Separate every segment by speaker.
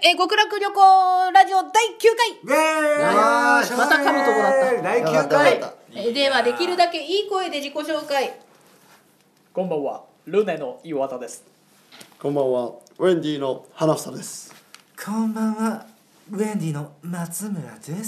Speaker 1: 極楽旅行ラジオ第9回。
Speaker 2: また噛むとこだった。
Speaker 3: 第9回。
Speaker 1: ではできるだけいい声で自己紹介。
Speaker 2: こんばんは、ルネの岩田です。
Speaker 3: こんばんは、ウェンディの花房です。
Speaker 4: こんばんは、ウェンディの松村です。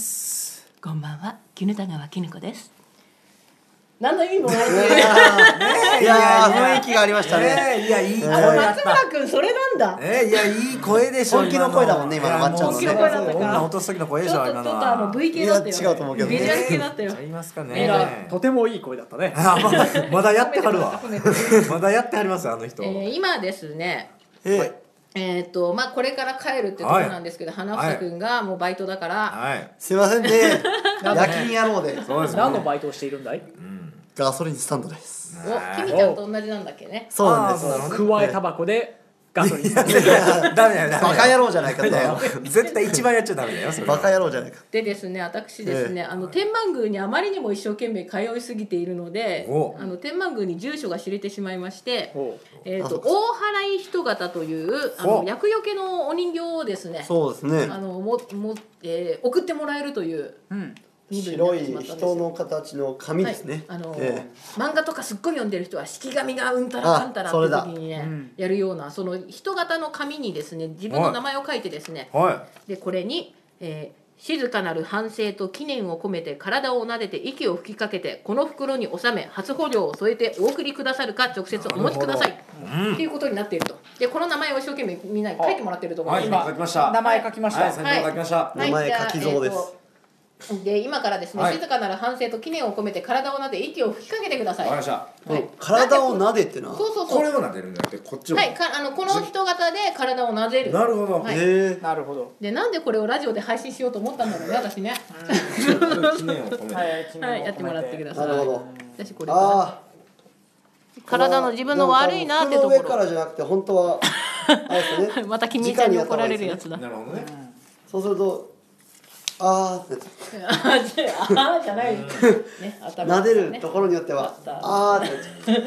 Speaker 1: こんばんは、絹田川絹子です。何の意味もない
Speaker 3: いや雰囲気がありましたね。
Speaker 4: いやいい声だ
Speaker 1: 松村くんそれなんだ。
Speaker 4: いやいい声でしょ。
Speaker 3: 本気の声だもんね今のまっちゃんのね。
Speaker 4: 女落とす時の声でしょ。
Speaker 1: ちょっとV 系だったよ。
Speaker 3: いや違うと思うけどね
Speaker 1: ビジュアル系だったよ。
Speaker 4: ありますかね。
Speaker 2: とてもいい声だったね。
Speaker 4: まだやってはるわ。まだやってはりますあの人。
Speaker 1: 今ですね。まあこれから帰るってとこなんですけど、花房くんがもうバイトだから。
Speaker 3: すいませんね。夜勤野郎で。
Speaker 2: 何のバイトをしているんだい？
Speaker 3: ガソリンスタンドです。
Speaker 1: お、きみちゃんと同じなんだっけね。
Speaker 3: そうなんです。
Speaker 2: 加えタバコでガソリン。
Speaker 4: ダメだよ。
Speaker 3: バカ野郎じゃないかと。
Speaker 4: 絶対一番やっちゃダメだよ。
Speaker 3: バカ野郎じゃないか。
Speaker 1: でですね、私ですね、天満宮にあまりにも一生懸命通いすぎているので、天満宮に住所が知れてしまいまして、大祓い人形という厄除けのお人形をですね、
Speaker 3: そうですね。
Speaker 1: 送ってもらえるという。
Speaker 3: 白い人の形の紙ですね。
Speaker 1: 漫画とかすっごい読んでる人は式紙がうんたらかんたらって時にねやるようなその人型の紙にですね自分の名前を書いてですね、でこれに静かなる反省と記念を込めて体を撫でて息を吹きかけてこの袋に収め初穂料を添えてお送りくださるか直接お持ちくださいっていうことになっていると。でこの名前を一生懸命みんなに書いてもらっているところです。
Speaker 4: 今書きました。
Speaker 2: 名前書きました。
Speaker 3: 名前書き像です。
Speaker 1: で今からですね、静かなる反省と記念を込めて体を撫で息を吹きかけてください。
Speaker 4: わかりました。
Speaker 3: 体を撫でってな。
Speaker 1: そう
Speaker 4: これを撫でるんじゃなくてこっちを。
Speaker 1: はい、この人型で体を撫でる。
Speaker 4: なるほど。
Speaker 2: なるほど。
Speaker 1: でなんでこれをラジオで配信しようと思ったんだろうね私ね。
Speaker 4: 記念を込めて。
Speaker 1: はい、やってもらってください。
Speaker 3: なるほど。
Speaker 1: 私これ体の自分の悪いなってところ。
Speaker 3: 上からじゃなくて本当はあれですね。
Speaker 1: また君ちゃんに怒られるやつだ。
Speaker 4: なるほどね。
Speaker 3: そうすると。あーって
Speaker 1: じゃないね、
Speaker 3: 撫でるところによってはあーって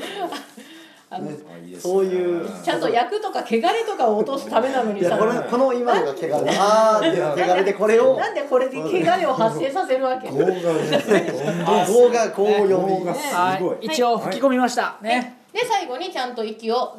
Speaker 3: そういう
Speaker 1: ちゃんと役とか汚れとかを落とすためなのにさ、
Speaker 3: この今のが汚れあーって汚れでこれを
Speaker 1: なんでこれで汚れを発生させるわけ。
Speaker 3: 業がこう読みが
Speaker 4: すごい。
Speaker 2: 一応吹き込みましたね。
Speaker 1: で最後にちゃんと息を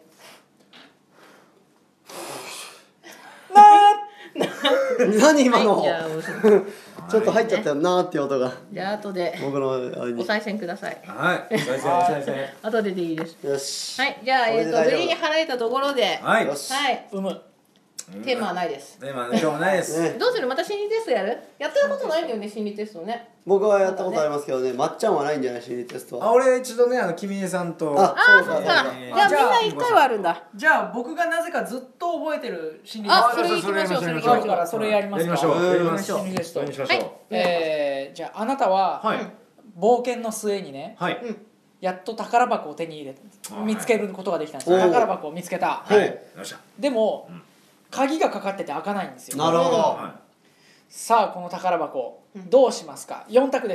Speaker 3: 何今のちょっと入っちゃったよなーって音が。
Speaker 1: じゃあ後で
Speaker 3: 僕の
Speaker 1: お賽銭ください。
Speaker 4: はい、お賽銭。
Speaker 1: 後でいいです。
Speaker 3: よし。
Speaker 1: はい、じゃあ無事に払えたところで、
Speaker 4: はい、
Speaker 1: テーマはないです。
Speaker 4: テーマ今日はないです。
Speaker 1: どうする？また心理テストやる？やったことないんだよね心理テストね。
Speaker 3: 僕はやったことありますけどね、まっちゃんはないんじゃない心理テストは。
Speaker 4: 俺一度ね君江さんと。
Speaker 1: そうか。じゃあみんな一回はあるんだ。
Speaker 2: じゃあ僕がなぜかずっと覚えてる心理テスト。
Speaker 1: それ行きましょう。それ行きましょう。
Speaker 2: それやりますか。
Speaker 4: やりましょう。
Speaker 2: やりましょう。心理テスト。じゃああなたは冒険の末にね、やっと宝箱を手に入れ見つけることができたんです。宝箱を見つけた。でも鍵がかかってて開かないんですよ。
Speaker 3: なるほど。
Speaker 2: さあこの宝箱どうしますか。4択です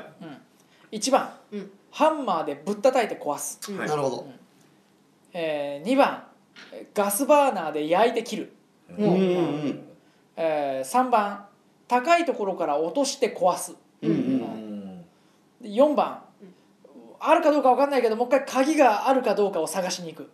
Speaker 2: 。1番ハンマーでぶったたいて壊す。
Speaker 3: なるほど。
Speaker 2: 2番ガスバーナーで焼いて切る。3番高いところから落として壊す。4番あるかどうか分かんないけどもう一回鍵があるかどうかを探しに行く。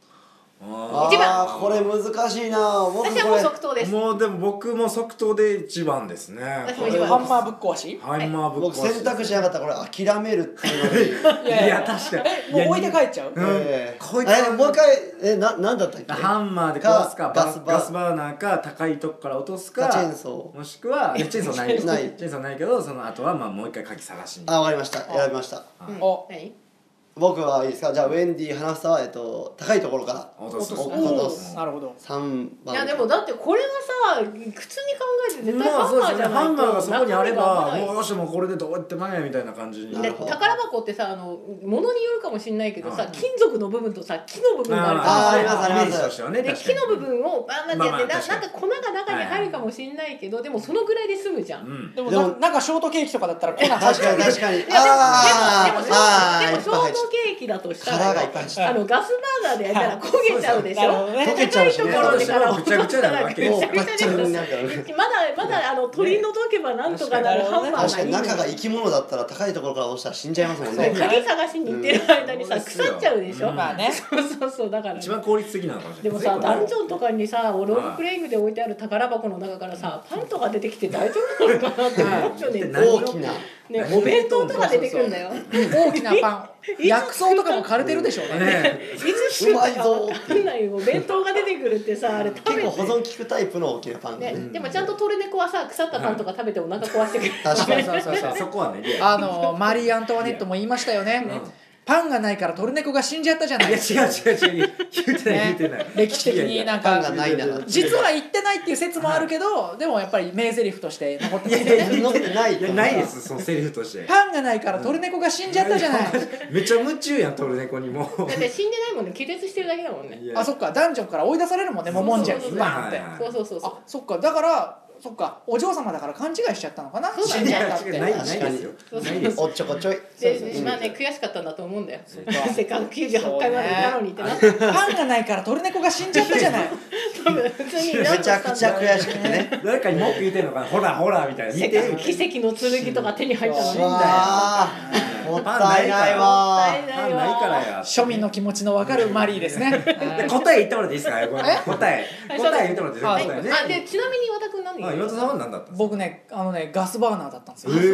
Speaker 1: 1番。
Speaker 3: これ難しいな。
Speaker 1: 私はもう即答です。
Speaker 4: もうでも僕も即答で1番ですね。
Speaker 2: ハンマーぶっ壊し。
Speaker 3: 僕選択しなかったらこれ諦めるっていうのに。
Speaker 4: いや確かに。
Speaker 2: もう置いて帰っちゃう。
Speaker 3: もう一回なんだったっけ。
Speaker 4: ハンマーで壊すかガスバーナーか高いとこから落とすか
Speaker 3: チェーンソー
Speaker 4: もしくはチェーンソーないけどその後はもう一回鍵探しに。
Speaker 3: わかりました。選びました。僕はいいですか。じゃあウェンディ話すは高いところから
Speaker 4: 落とす。
Speaker 2: なるほど。
Speaker 3: 3番。
Speaker 1: いやでもだってこれがさ普通に考えて絶対ハンマーじゃないと。
Speaker 4: ハンマーがそこにあればもうよしもうこれでどうやってまえみたいな感じに。
Speaker 1: 宝箱ってさ物によるかもしれないけどさ金属の部分とさ木の部分があるから
Speaker 3: あります
Speaker 1: で木の部分をバーンってやってなんか粉が中に入るかもしれないけどでもそのぐらいで済むじゃん。
Speaker 2: でもなんかショートケーキとかだったら粉
Speaker 3: 確かに。
Speaker 1: でもショートケーキだとした
Speaker 3: 殻
Speaker 1: ら
Speaker 3: がいっぱいして
Speaker 1: ガスバーナーでやったら焦げちゃうでしょ。
Speaker 3: 溶けちゃうしね。
Speaker 1: 高いところで殻を
Speaker 5: ぐちゃぐちゃなわけ。
Speaker 3: もうガッチャンになるからね。
Speaker 1: まだ取り除けばなんとかなるハンマーが
Speaker 3: 確かに
Speaker 1: いいのに。
Speaker 3: 中が生き物だったら高いところから落ちたら死んじゃいますもんね。
Speaker 1: 鍵探しに行ってる間にさ腐っちゃうでしょ。
Speaker 2: まあね。
Speaker 1: そうだから。
Speaker 5: 一番効率的なのかもしれない。
Speaker 1: でもさ、ダンジョンとかにさ、ロールプレイングで置いてある宝箱の中からさ、パンとか出てきて大丈夫なのかなって思っちゃうね。
Speaker 3: 大きな
Speaker 1: ね、お弁当とか出てくるんだよ。
Speaker 2: 大きなパン薬草とかも枯れてるでしょうね。
Speaker 1: いつ作ったかわかんないよ。お弁当が出てくるってさ、あれ食べて
Speaker 3: 結構保存効くタイプの大きなパンね。
Speaker 1: でもちゃんとトルネコはさ、腐ったパンとか食べてお腹壊してくる。
Speaker 3: 確かに
Speaker 5: そこはね。
Speaker 2: マリー・アントワネットも言いましたよね。パンがないからトルネコが死んじゃったじゃない。
Speaker 5: いや違う言ってない。
Speaker 2: 歴史的になんか
Speaker 3: パンがないなら
Speaker 2: 実は言ってないっていう説もあるけど、でもやっぱり名台詞として残ってます
Speaker 3: いや残ってない。
Speaker 5: いやないですそのセリフとして。
Speaker 2: パンがないからトルネコが死んじゃったじゃない。
Speaker 5: めっちゃ夢中やんトルネコにも。
Speaker 1: だって死んでないもんね、気絶してるだけだもんね。
Speaker 2: あ、そっか、ダンジョンから追い出されるもんね、ももんじゃんバーンって。
Speaker 1: そう
Speaker 2: あ、そっか、だからそっか、お嬢様だから勘違いしちゃったのかな。死んじゃったって。
Speaker 5: ないですよ。ないです。
Speaker 3: おっちょこちょい。
Speaker 1: で、まあね、悔しかったんだと思うんだよ。せっかく98回までいたのにってなって。
Speaker 2: パンがないからトルネコが死んじゃったじゃない。
Speaker 1: 普通に
Speaker 3: めちゃくちゃ悔しくてね。
Speaker 5: 誰かに文句言ってんのかな。ほらみたいな。
Speaker 1: せっかく奇跡の剣とか手に入ったのに。
Speaker 3: もったいないわ。
Speaker 5: パンないからや。
Speaker 2: 庶民の気持ちの分かるマリーですね。
Speaker 5: 答え言ってもらっていいですか。答え言ってもらっていいですか。
Speaker 1: あ、でちなみに和田君何？
Speaker 5: 岩田さんは何だったんですか。
Speaker 2: 僕ね、ガスバーナーだったんですよ。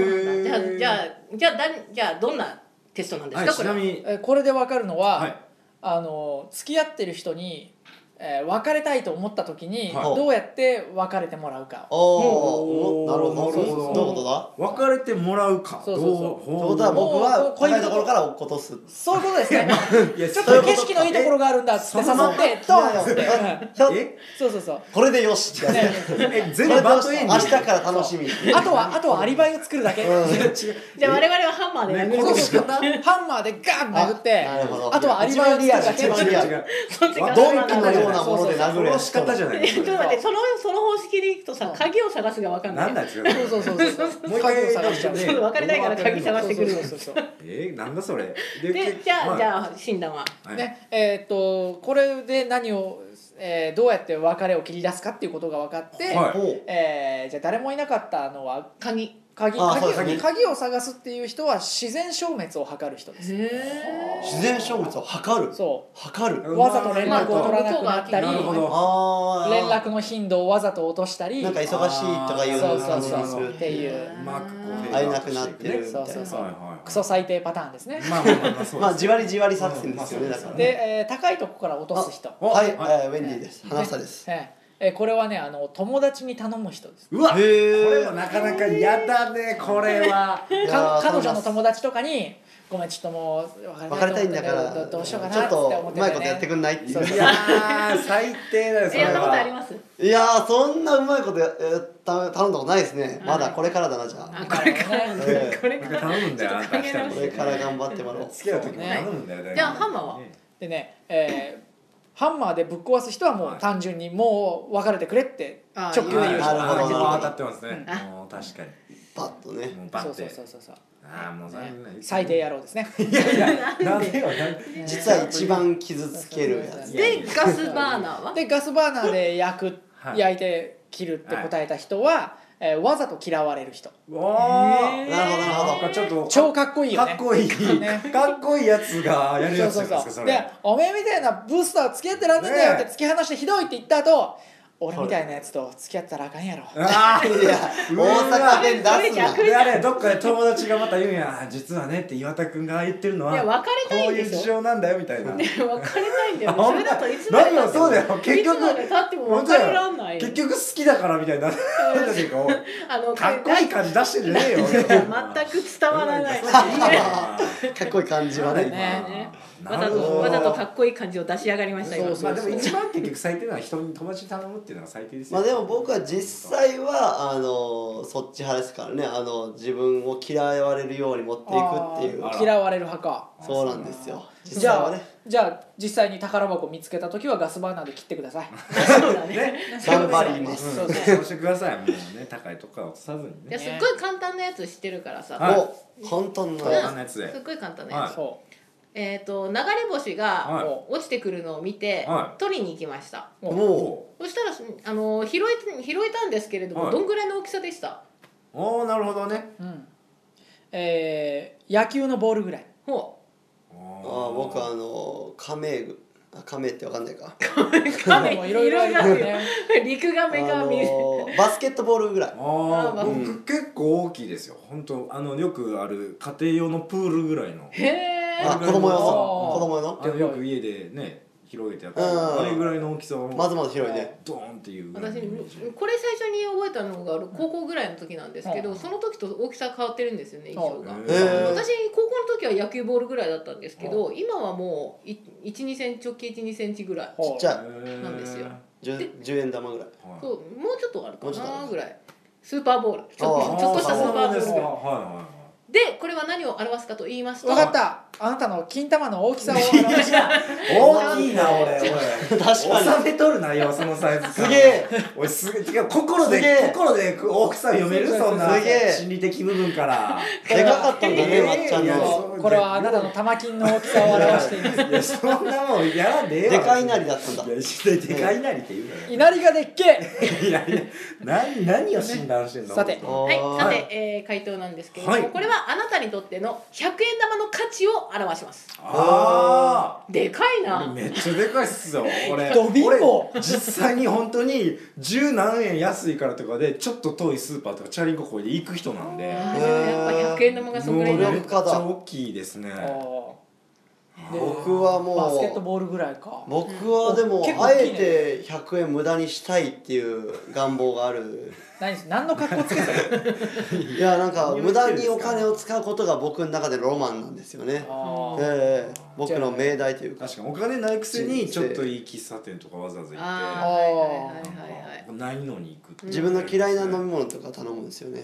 Speaker 1: じゃあどんなテストなんですか、これは。
Speaker 2: これで分かるのは、付き合ってる人に別れたいと思った時にどうやって別れてもらうか。
Speaker 3: おお、なるほど。どういうことだ。
Speaker 5: 別れてもらうか。
Speaker 2: そう。
Speaker 3: 僕は高いところから落っことす。
Speaker 2: そういうことですね。ちょっと景色のいいところがあるんだっつって誘ってドーンって。そう。
Speaker 3: これでよし。
Speaker 5: 全部バッドエンディング。
Speaker 3: 明日から楽しみ。
Speaker 2: あとはアリバイを作るだけ。
Speaker 1: じゃあ我々はハンマーで殴る。
Speaker 2: ハンマーでガン殴って、あとはアリバイを作るだけ。
Speaker 3: ドンキのようなもので殴る
Speaker 5: 仕方じゃない。
Speaker 1: ちょっと待って、その方式でいくとさ、鍵を探すが分かんない。
Speaker 5: なんだですよ。
Speaker 2: そう。もう鍵を探しちゃう。
Speaker 1: 別れないから鍵探してくる。
Speaker 5: なんだそれ。
Speaker 1: で、じゃあ診断は。
Speaker 2: ね、これで何をどうやって別れを切り出すかっていうことが分かって、じゃあ誰もいなかったのは鍵を探すっていう人は自然消滅を図る人です。
Speaker 3: 自然消滅を図る。図る。
Speaker 2: わざと連絡を取らなくなったり、連絡の頻度をわざと落としたり、
Speaker 3: なんか忙しいとかいう感じにする
Speaker 2: っていう、
Speaker 3: 会えなくなってるみたいな。
Speaker 2: クソ最低パターンですね。
Speaker 3: まあじわりじわり作戦ですよね。だから
Speaker 2: で、高いとこから落とす人。
Speaker 3: はい、ウェンディです。花房です。
Speaker 2: これはね、友達に頼む人です。
Speaker 5: うわ、これもなかなか嫌だね。これは
Speaker 2: 彼女の友達とかにごめん、ちょっともう
Speaker 3: 別れたいんだから
Speaker 2: どうしようかな
Speaker 3: ちょっと
Speaker 2: 思って
Speaker 3: うまいことやってくんないっていう。
Speaker 5: いや最低だよそれは。
Speaker 1: やったことあります？
Speaker 3: いやそんなうまいこと頼んだことないですね。まだこれからだな。じゃあ
Speaker 1: これから
Speaker 5: 頼むんだよ。あんた来たの。
Speaker 3: これから頑張ってもらおう。
Speaker 5: 付き合う時も頼むんだよ。
Speaker 1: じゃあハンマーは？
Speaker 2: でね、ハンマーでぶっ壊す人はもう単純にもう別れてくれって直球で言う人。
Speaker 3: なるほど。
Speaker 5: 当たってますね。確かに。
Speaker 3: パッとね。
Speaker 2: そう。
Speaker 5: ああもう
Speaker 2: 最低野郎ですね。
Speaker 5: いやなんでよ。
Speaker 3: 実は一番傷つけるやつ。
Speaker 1: でガスバーナーは？
Speaker 2: でガスバーナーで焼いて切るって答えた人はわざと嫌われる人。
Speaker 5: なるほど
Speaker 3: なるほど。
Speaker 5: ちょっと
Speaker 2: 超かっこいいよね。
Speaker 5: かっこいいやつがやるやつですかそれ。
Speaker 2: でおめえみたいなブースター付き合ってらんねんだよって突き放してひどいって言った後。俺みたいなやつと付き合ったらあかんやろ。
Speaker 3: ああいや大阪弁出すな。
Speaker 5: であれどっかで友達がまた言うんや実はねって岩田君が言ってるのは
Speaker 1: 別れたいんでしょ。
Speaker 5: こういう事情なんだよみたいな。
Speaker 1: 別れたいんだよ。それだといつまで
Speaker 5: 何よそうだよ結局
Speaker 1: いつまで経っても別れらんない。
Speaker 5: 結局好きだからみたいな。かっこいい感じ出してんじゃねえよ。
Speaker 1: 全く伝わらない。
Speaker 3: かっこいい感じはね。
Speaker 1: わざとかっこいい感じを出し上がりましたよ。
Speaker 5: まあでも一番結局最低なのは人に友達に頼むっていうのが最低ですよ。
Speaker 3: まあでも僕は実際はそっち派ですからね。自分を嫌われるように持っていくっていう。
Speaker 2: 嫌われる派か。
Speaker 3: そうなんですよ。
Speaker 2: じゃあ実際に宝箱見つけた時はガスバーナーで切ってください。
Speaker 1: そうだね。
Speaker 3: 頑張ります。
Speaker 5: そうしてください。もうね高いとこから落とさずにね。
Speaker 1: いやすっごい簡単なやつ知ってるからさ。
Speaker 3: 簡単な
Speaker 5: やつで。
Speaker 1: すっごい簡単なやつ。 流れ星が落ちてくるのを見て、取りに行きました。そしたら拾えたんですけれども、どんぐらいの大きさでした？
Speaker 5: なるほどね。
Speaker 2: 野球のボールぐらい。
Speaker 3: 僕亀ってわかんないか。
Speaker 2: 亀もいろいろあるよね。
Speaker 1: 陸亀が見る。
Speaker 3: バスケットボールぐらい。
Speaker 5: 僕結構大きいですよ。本当よくある家庭用のプールぐらいの。
Speaker 3: 子供用の。
Speaker 5: よく家でね広げてやってあれぐらいの大きさは
Speaker 3: まずまず広いね。
Speaker 5: ドーンっていう。
Speaker 1: 私これ最初に覚えたのが高校ぐらいの時なんですけど、その時と大きさ変わってるんですよね、衣装が。私高校の時は野球ボールぐらいだったんですけど、今はもう12センチ直径12センチぐらい
Speaker 3: ちっちゃ
Speaker 1: いなんですよ。
Speaker 3: 10円玉ぐらい。
Speaker 1: そうもうちょっとあるかなぐらい。スーパーボール、ちょっとしたスーパーボールぐらい。でこれは何を表すかと言いますと、
Speaker 2: 分かった、あなたの金玉の大きさを表した。
Speaker 5: 大きいな俺
Speaker 3: 確かに
Speaker 5: 収めとるなよそのサイズ。
Speaker 3: すげえ。
Speaker 5: 俺すげえ心で大きさ読める、そんな心理的部分から。
Speaker 3: でかかったんだね、まっちゃんの。
Speaker 2: これはあなたの玉金の大きさを表しています。
Speaker 5: いやそんなもんやらんでええわ。
Speaker 3: でかいなりだったんだ。
Speaker 5: でかいなりって言うのよ。
Speaker 2: 稲荷がでっけえ。
Speaker 5: いや何を診断してんの。
Speaker 2: さて
Speaker 1: 回答なんですけれども、これはあなたにとっての100円玉の価値を表します。でかいな。
Speaker 5: めっちゃでかいっすよ。俺実際に本当に10何円安いからとかでちょっと遠いスーパーとかチャリンコこいで行く人なんで、
Speaker 1: やっぱ100円玉がそこらに
Speaker 5: めっちゃ大きいですね。
Speaker 3: 僕はもう
Speaker 2: バスケットボールぐらいか。
Speaker 3: 僕はでもあえて100円無駄にしたいっていう願望がある。
Speaker 2: 何の格好つけたの？
Speaker 3: いやなんか無駄にお金を使うことが僕の中でロマンなんですよね。僕の命題というか。
Speaker 5: 確かにお金ないくせにちょっといい喫茶店とかわざわざ行ってないのに行く。
Speaker 3: 自分の嫌いな飲み物とか頼むんですよね。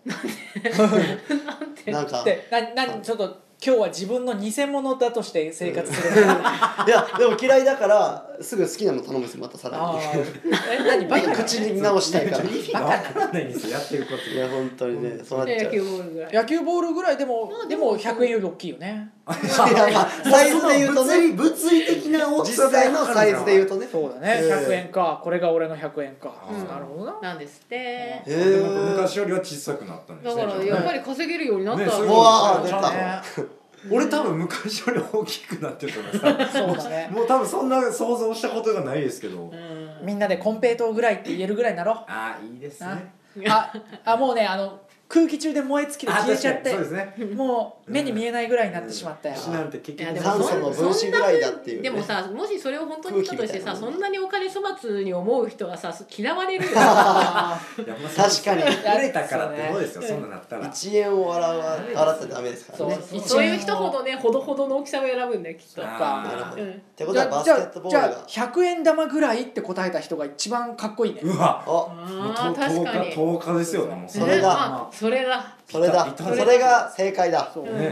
Speaker 3: なんか
Speaker 2: ちょっと今日は自分の偽物だとして生活する。
Speaker 3: いやでも嫌いだからすぐ好きなの頼むんですよ、またさらに。
Speaker 2: 何バカ
Speaker 3: 口に直したいから。
Speaker 5: 意味がわからないんですよ、やってること。
Speaker 3: いや本当にね、そうなっちゃう。
Speaker 2: 野球ボールぐらいでも100円より大きいよね。
Speaker 3: サイズで言うとね、
Speaker 5: 物理的な大きさ
Speaker 3: 実際のサイズで言うとね。
Speaker 2: そうだね、100円か、これが俺の100円か。なるほどな。
Speaker 1: なんですって。
Speaker 5: 昔よりは小さくなったんですね。
Speaker 1: だからやっぱり稼げるようになった。
Speaker 3: うわ出た。
Speaker 5: 俺多分昔より大きくなってると思います。
Speaker 2: そうだね。
Speaker 5: もう多分そんな想像したことがないですけど。
Speaker 2: みんなでコンペイトーぐらいって言えるぐらいになろう。
Speaker 5: ああいいですね。
Speaker 2: もうね空気中で燃え尽きて消えちゃって、
Speaker 5: そうですね、
Speaker 2: もう目に見えないぐらいになってしまったよ。
Speaker 5: なんて結局
Speaker 3: 酸素の分子ぐらいだっていう、ね、
Speaker 1: でもさ、もしそれを本当に言ったとしてさ、そんなにお金粗末に思う人がさ嫌われるよ。
Speaker 3: 確かに
Speaker 5: 売れたからってどうですよ、そんななったら
Speaker 3: 1円を洗ってダメですからね。
Speaker 1: そういう人ほどね、ほどほどの大きさを選ぶんだよきっと。
Speaker 3: ってことはバスケットボールが
Speaker 2: じゃあ100円玉ぐらいって答えた人が一番かっこいいね。
Speaker 5: うわ、
Speaker 1: 確かに
Speaker 5: 10日ですよね。もう
Speaker 3: それだ
Speaker 1: それだ
Speaker 3: それが正解だ。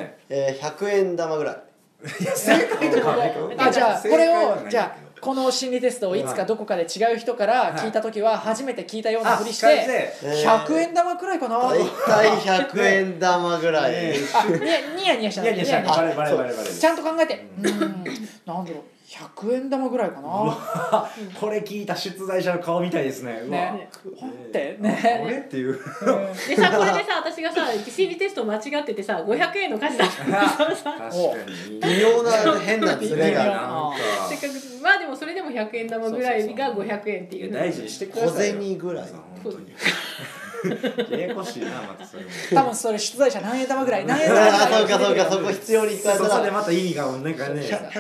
Speaker 5: 100
Speaker 3: 円玉ぐらい。
Speaker 5: いや正解とかはないけど。
Speaker 2: じゃあこれをこの心理テストをいつかどこかで違う人から聞いた時は初めて聞いたようなふりして100円玉くらいかな。
Speaker 3: 大体100円玉ぐらい。
Speaker 2: ニヤニヤしたね。ちゃんと考えて、なんだろう、100円玉ぐらいかな。
Speaker 5: これ聞いた出題者の顔みたいですね。
Speaker 2: ね。って
Speaker 5: ね。これっていう。
Speaker 1: でさ、これでさ、私がさ心理テスト間違っててさ、500円の価値だったらさ、
Speaker 5: 確かに
Speaker 3: 微妙な変なズレが。
Speaker 1: せっかくまあでもそれでも100円玉ぐらいが500円っていう。
Speaker 5: 大事にしてください。
Speaker 3: 小銭ぐらい。
Speaker 5: 本当に。ややこしいな、またそれも。
Speaker 2: 多分それ出題者何円玉ぐらい、何円玉ぐらい。
Speaker 3: そうかそこ必要に使えたら。
Speaker 5: そこでまた意味がなんかね。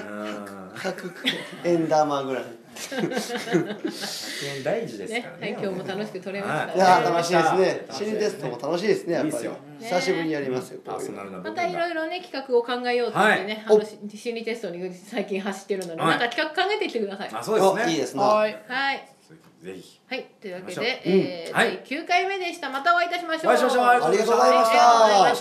Speaker 3: 100円玉ぐらい。
Speaker 5: 100円大事ですからね。
Speaker 1: 今日も楽しく取れました。
Speaker 3: いや楽しいですね。心理テストも楽しいですね、やっぱり。久しぶりにやりますよ。
Speaker 1: またいろいろね企画を考えようとってね、心理テストに最近走ってるので、なんか企画考えてきてください。
Speaker 5: あ、そうですね。
Speaker 3: いいですね。
Speaker 1: はい。
Speaker 5: ぜひ。
Speaker 1: はい、というわけで、第9回目でした。またお会いいたしましょう。
Speaker 3: ありがとうございました。